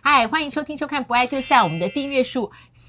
嗨，欢迎收听收看不爱就散，我们的订阅数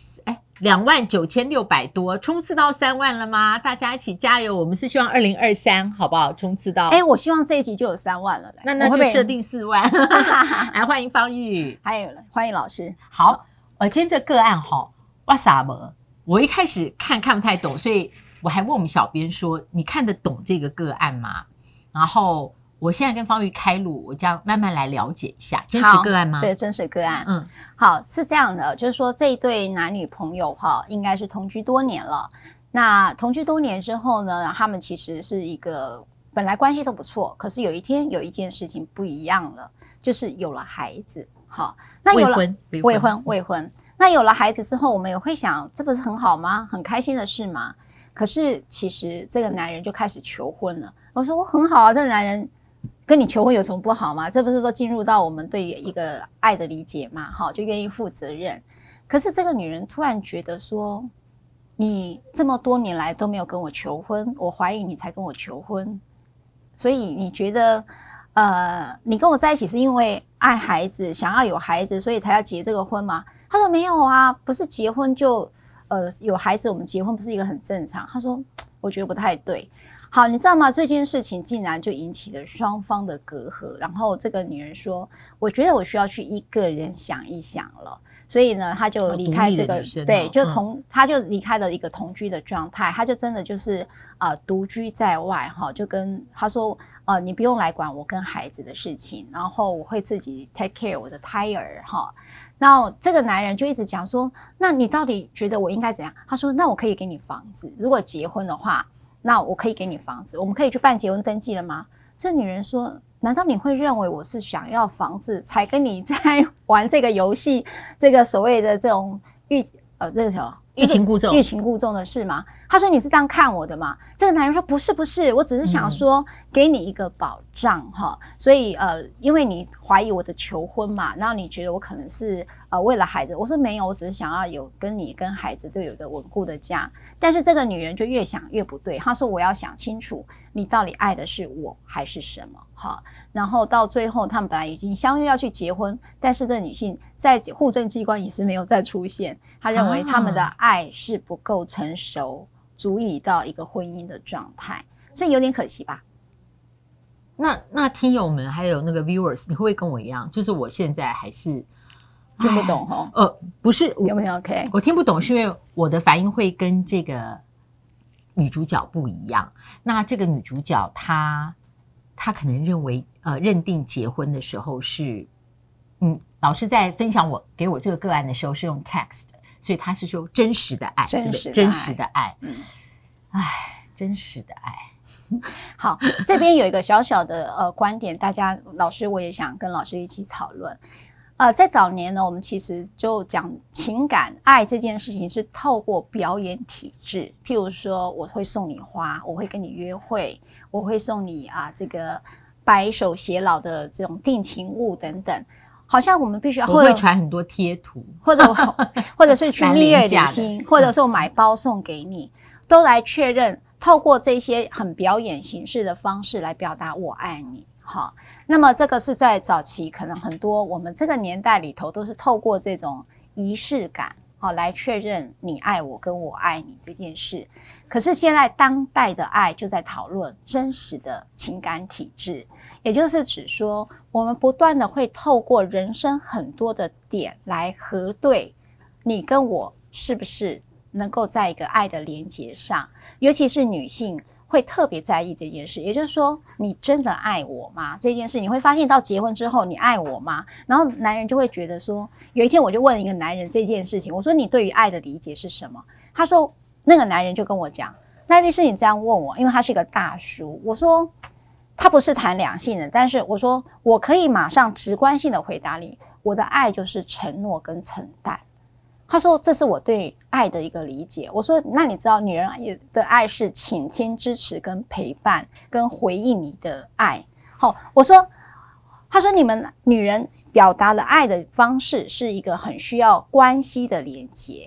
29600多，冲刺到3万了吗？大家一起加油！我们是希望2023好不好？冲刺到我希望这一集就有3万了。 那就设定4万。来，欢迎方玉， 还有欢迎老师。 好，今天这个案哇啥么？我一开始看不太懂，所以我还问我们小编说：“你看得懂这个个案吗？”然后我现在跟方玉开路，我这样慢慢来了解一下，真实个案吗？ 对，真实个案。好，是这样的，就是说这一对男女朋友应该是同居多年了。那同居多年之后呢，他们其实是一个本来关系都不错，可是有一天有一件事情不一样了，就是有了孩子。好，那有了未婚。那有了孩子之后，我们也会想，这不是很好吗？很开心的事吗？可是其实这个男人就开始求婚了。我说我很好啊，这个男人跟你求婚有什么不好吗？这不是都进入到我们对一个爱的理解吗？好，就愿意负责任。可是这个女人突然觉得说，你这么多年来都没有跟我求婚，我怀疑你才跟我求婚，所以你觉得你跟我在一起是因为爱孩子，想要有孩子，所以才要结这个婚吗？他说没有啊，不是结婚就有孩子，我们结婚不是一个很正常。他说我觉得不太对。好，你知道吗？这件事情竟然就引起了双方的隔阂。然后这个女人说：“我觉得我需要去一个人想一想了。”所以呢，她就离开这个，对，她就离开了一个同居的状态。她就真的就是独居在外就跟她说：“你不用来管我跟孩子的事情，然后我会自己 take care 我的胎儿那这个男人就一直讲说：“那你到底觉得我应该怎样？”他说：“那我可以给你房子，如果结婚的话。”那我可以给你房子，我们可以去办结婚登记了吗？这女人说：“难道你会认为我是想要房子才跟你在玩这个游戏，这个所谓的这种那个什么欲擒故纵的事吗？”他说：“你是这样看我的吗？”这个男人说：“不是，我只是想说给你一个保障所以因为你怀疑我的求婚嘛，然后你觉得我可能是为了孩子。”我说：“没有，我只是想要有跟你跟孩子都有一个稳固的家。”但是这个女人就越想越不对，她说：“我要想清楚，你到底爱的是我还是什么？”然后到最后，他们本来已经相约要去结婚，但是这女性在户政机关也是没有再出现。她认为他们的爱是不够成熟，足以到一个婚姻的状态，所以有点可惜吧。 那听友们还有那个 viewers， 你会不会跟我一样？就是我现在还是听不懂不是有没有 OK？ 我听不懂是因为我的反应会跟这个女主角不一样。那这个女主角她可能认定结婚的时候是老师在分享给我这个个案的时候是用 text， 所以她是说真实的爱，真实的爱。真实的爱。 好，这边有一个小小的观点，老师我也想跟老师一起讨论。在早年呢，我们其实就讲情感爱这件事情是透过表演体制，譬如说我会送你花，我会跟你约会，我会送你这个白首偕老的这种定情物等等，好像我们必须要， 我会传很多贴图， 或者是去蜜月旅行，或者是我买包送给你，都来确认，透过这些很表演形式的方式来表达我爱你。那么这个是在早期可能很多我们这个年代里头都是透过这种仪式感来确认你爱我跟我爱你这件事。可是现在当代的爱就在讨论真实的情感体制，也就是指说我们不断的会透过人生很多的点来核对你跟我是不是能够在一个爱的连结上，尤其是女性会特别在意这件事，也就是说你真的爱我吗？这件事你会发现到结婚之后你爱我吗？然后男人就会觉得说，有一天我就问一个男人这件事情，我说你对于爱的理解是什么？他说那个男人就跟我讲，赖律师你这样问我，因为他是一个大叔，我说他不是谈两性的，但是我说我可以马上直观性的回答你，我的爱就是承诺跟承担。他说这是我对爱的一个理解。我说那你知道女人的爱是倾听支持跟陪伴跟回应你的爱。他说你们女人表达的爱的方式是一个很需要关系的连结，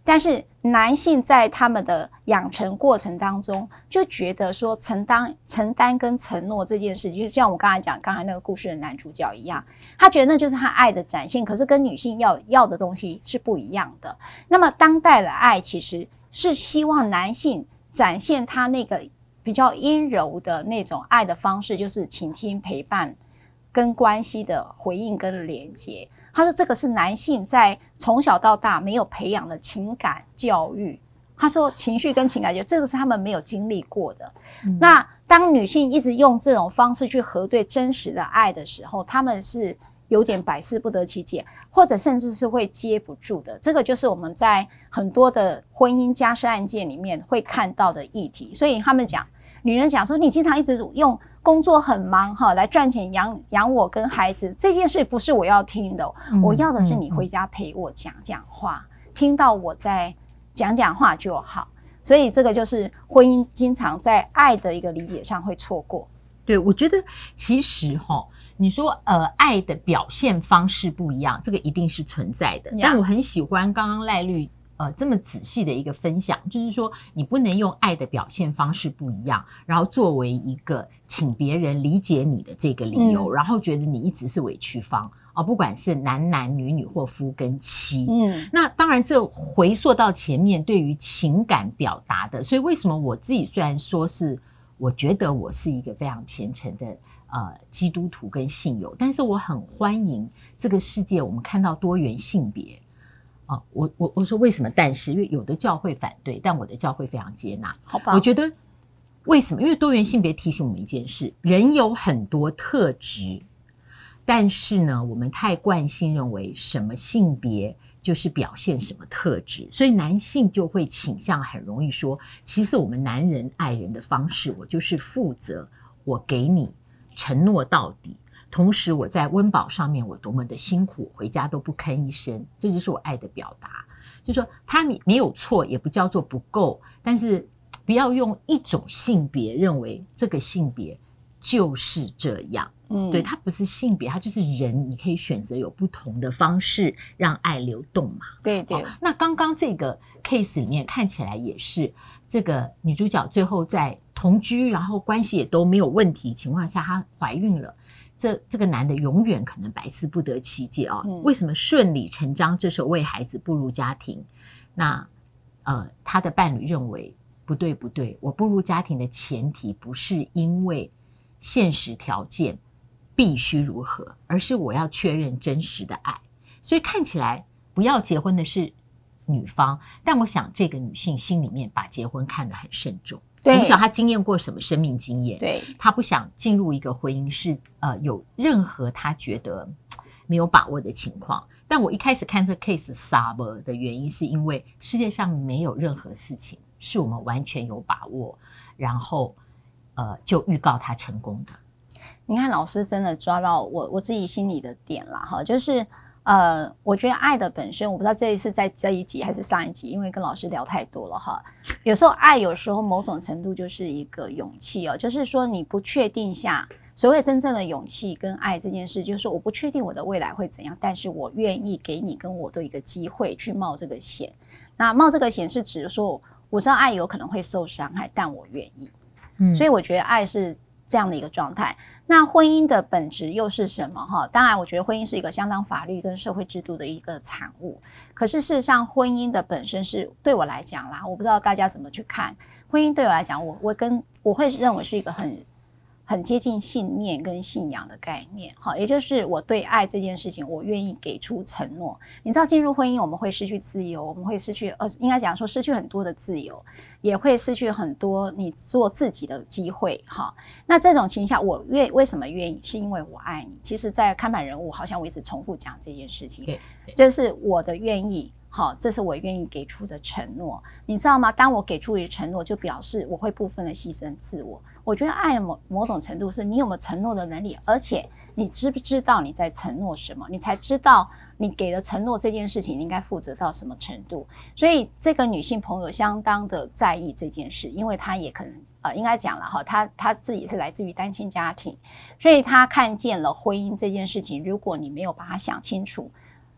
但是男性在他们的养成过程当中，就觉得说承担跟承诺这件事，就像我刚才那个故事的男主角一样，他觉得那就是他爱的展现，可是跟女性要的东西是不一样的。那么当代的爱其实是希望男性展现他那个比较阴柔的那种爱的方式，就是倾听、陪伴跟关系的回应跟连接。他说这个是男性在从小到大没有培养的情感教育，他说情绪跟情感教育这个是他们没有经历过的。那当女性一直用这种方式去核对真实的爱的时候，他们是有点百思不得其解，或者甚至是会接不住的。这个就是我们在很多的婚姻家事案件里面会看到的议题。所以他们讲，女人讲说你经常一直用工作很忙来赚钱养我跟孩子，这件事不是我要听的，我要的是你回家陪我讲讲话，听到我在讲讲话就好。所以这个就是婚姻经常在爱的一个理解上会错过。 对，我觉得其实你说爱的表现方式不一样，这个一定是存在的。但我很喜欢刚刚赖律这么仔细的一个分享，就是说你不能用爱的表现方式不一样，然后作为一个请别人理解你的这个理由，然后觉得你一直是委屈方不管是男女女或夫跟妻。那当然这回溯到前面对于情感表达的，所以为什么我自己虽然说是我觉得我是一个非常虔诚的基督徒跟信友，但是我很欢迎这个世界我们看到多元性别。我说为什么？但是因为有的教会反对，但我的教会非常接纳。 好吧， 我觉得为什么？因为多元性别提醒我们一件事：人有很多特质，但是呢，我们太惯性认为什么性别就是表现什么特质，所以男性就会倾向很容易说，其实我们男人爱人的方式，我就是负责，我给你承诺到底。同时我在温饱上面我多么的辛苦，回家都不吭一声，这就是我爱的表达。就是说他没有错，也不叫做不够，但是不要用一种性别认为这个性别就是这样。对，它不是性别，它就是人，你可以选择有不同的方式让爱流动嘛。 对对。 那刚刚这个 case 里面看起来也是这个女主角最后在同居，然后关系也都没有问题情况下，她怀孕了。这个男的永远可能百思不得其解为什么顺理成章这时候为孩子步入家庭？那他的伴侣认为不对，我步入家庭的前提不是因为现实条件必须如何，而是我要确认真实的爱。所以看起来不要结婚的是女方，但我想这个女性心里面把结婚看得很慎重。我不晓得她经验过什么生命经验， 对， 她不想进入一个婚姻是有任何她觉得没有把握的情况。但我一开始看这 case 傻了的原因，是因为世界上没有任何事情是我们完全有把握，然后就预告它成功的。 你看老师真的抓到我自己心里的点啦哈，就是我觉得爱的本身，我不知道这一次在这一集还是上一集，因为跟老师聊太多了哈。有时候爱有时候某种程度就是一个勇气就是说你不确定下，所谓真正的勇气跟爱这件事，就是说我不确定我的未来会怎样，但是我愿意给你跟我的一个机会去冒这个险。那冒这个险是指说我知道爱有可能会受伤害，但我愿意。所以我觉得爱是这样的一个状态。那婚姻的本质又是什么当然我觉得婚姻是一个相当法律跟社会制度的一个产物，可是事实上婚姻的本身是对我来讲啦，我不知道大家怎么去看婚姻。对我来讲，我会认为是一个很接近信念跟信仰的概念也就是我对爱这件事情我愿意给出承诺。你知道进入婚姻我们会失去自由，我们会失去应该讲说失去很多的自由，也会失去很多你做自己的机会那这种情况下我为什么愿意，是因为我爱你。其实在看板人物好像我一直重复讲这件事情，就是我的愿意这是我愿意给出的承诺。你知道吗？当我给出一个承诺，就表示我会部分的牺牲自我。我觉得爱某种程度是你有没有承诺的能力，而且你知不知道你在承诺什么，你才知道你给了承诺这件事情你应该负责到什么程度。所以这个女性朋友相当的在意这件事，因为她也可能应该讲了她自己是来自于单亲家庭，所以她看见了婚姻这件事情，如果你没有把它想清楚，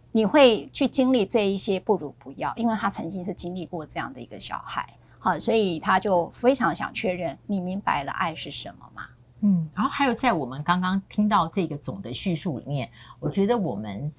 你会去经历这一些，不如不要，因为他曾经是经历过这样的一个小孩，好，所以他就非常想确认你明白了爱是什么吗？ 然后还有在我们刚刚听到这个总的叙述里面，我觉得我们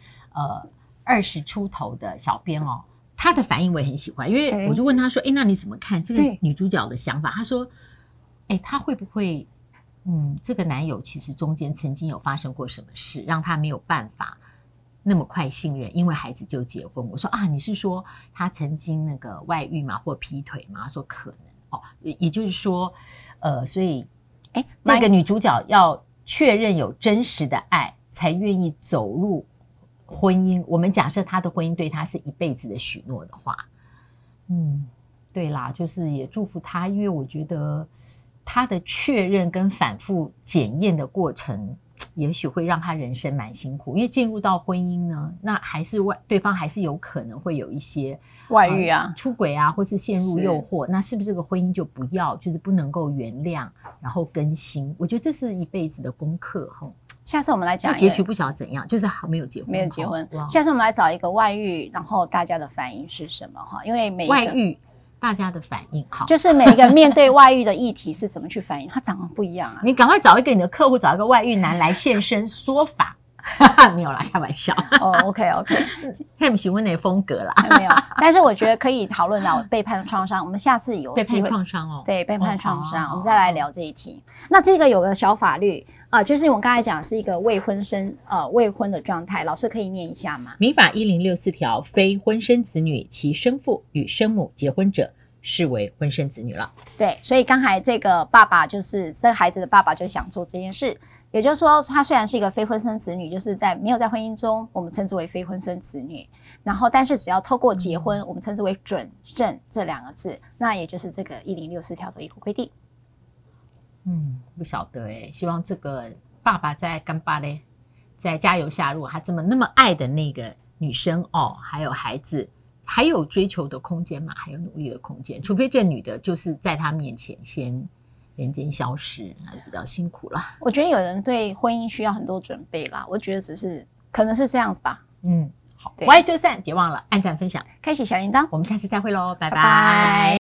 20出头的小编哦，他的反应我也很喜欢，因为我就问他说，那你怎么看这个女主角的想法？他说，他会不会这个男友其实中间曾经有发生过什么事，让他没有办法那么快信任，因为孩子就结婚。我说你是说他曾经那个外遇嘛，或劈腿嘛？他说可能也就是说，所以这个女主角要确认有真实的爱，才愿意走入婚姻。我们假设她的婚姻对她是一辈子的许诺的话，对啦，就是也祝福她，因为我觉得她的确认跟反复检验的过程，也许会让她人生蛮辛苦，因为进入到婚姻呢，那还是对方还是有可能会有一些外遇啊、 出轨啊，或是陷入诱惑，那是不是这个婚姻就不要，就是不能够原谅，然后更新？我觉得这是一辈子的功课哈。 下次我们来讲结局不晓得怎样，就是没有结婚， 没有结婚。下次我们来找一个外遇，然后大家的反应是什么哈？因为每一个外遇大家的反应好， 就是每一个面对外遇的议题是怎么去反应，它长得不一样啊。 你赶快找一个你的客户，找一个外遇男来现身说法。没有啦，开玩笑。 OK， 他们喜欢那风格啦， 没有。但是我觉得可以讨论到背叛创伤，我们下次有背叛创伤哦， 对，背叛创伤，我们再来聊这一题。那这个有个小法律就是我们刚才讲是一个未婚的状态，老师可以念一下吗？ 民法1064条，非婚生子女，其生父与生母结婚者，视为婚生子女了。 对，所以刚才这个爸爸就是生孩子的爸爸就想做这件事。也就是说，他虽然是一个非婚生子女，就是没有在婚姻中，我们称之为非婚生子女。然后，但是只要透过结婚，我们称之为准证这2个字，那也就是这个1064条的一个规定。 不晓得希望这个爸爸在干巴嘞，在加油下，如果他那么爱的那个女生还有孩子，还有追求的空间嘛，还有努力的空间，除非这女的就是在他面前先人间消失，那就比较辛苦了。 我觉得有人对婚姻需要很多准备啦，我觉得可能是这样子吧。 好，我爱就散，别忘了按赞分享， 开启小铃铛， 我们下次再会喽，拜拜拜。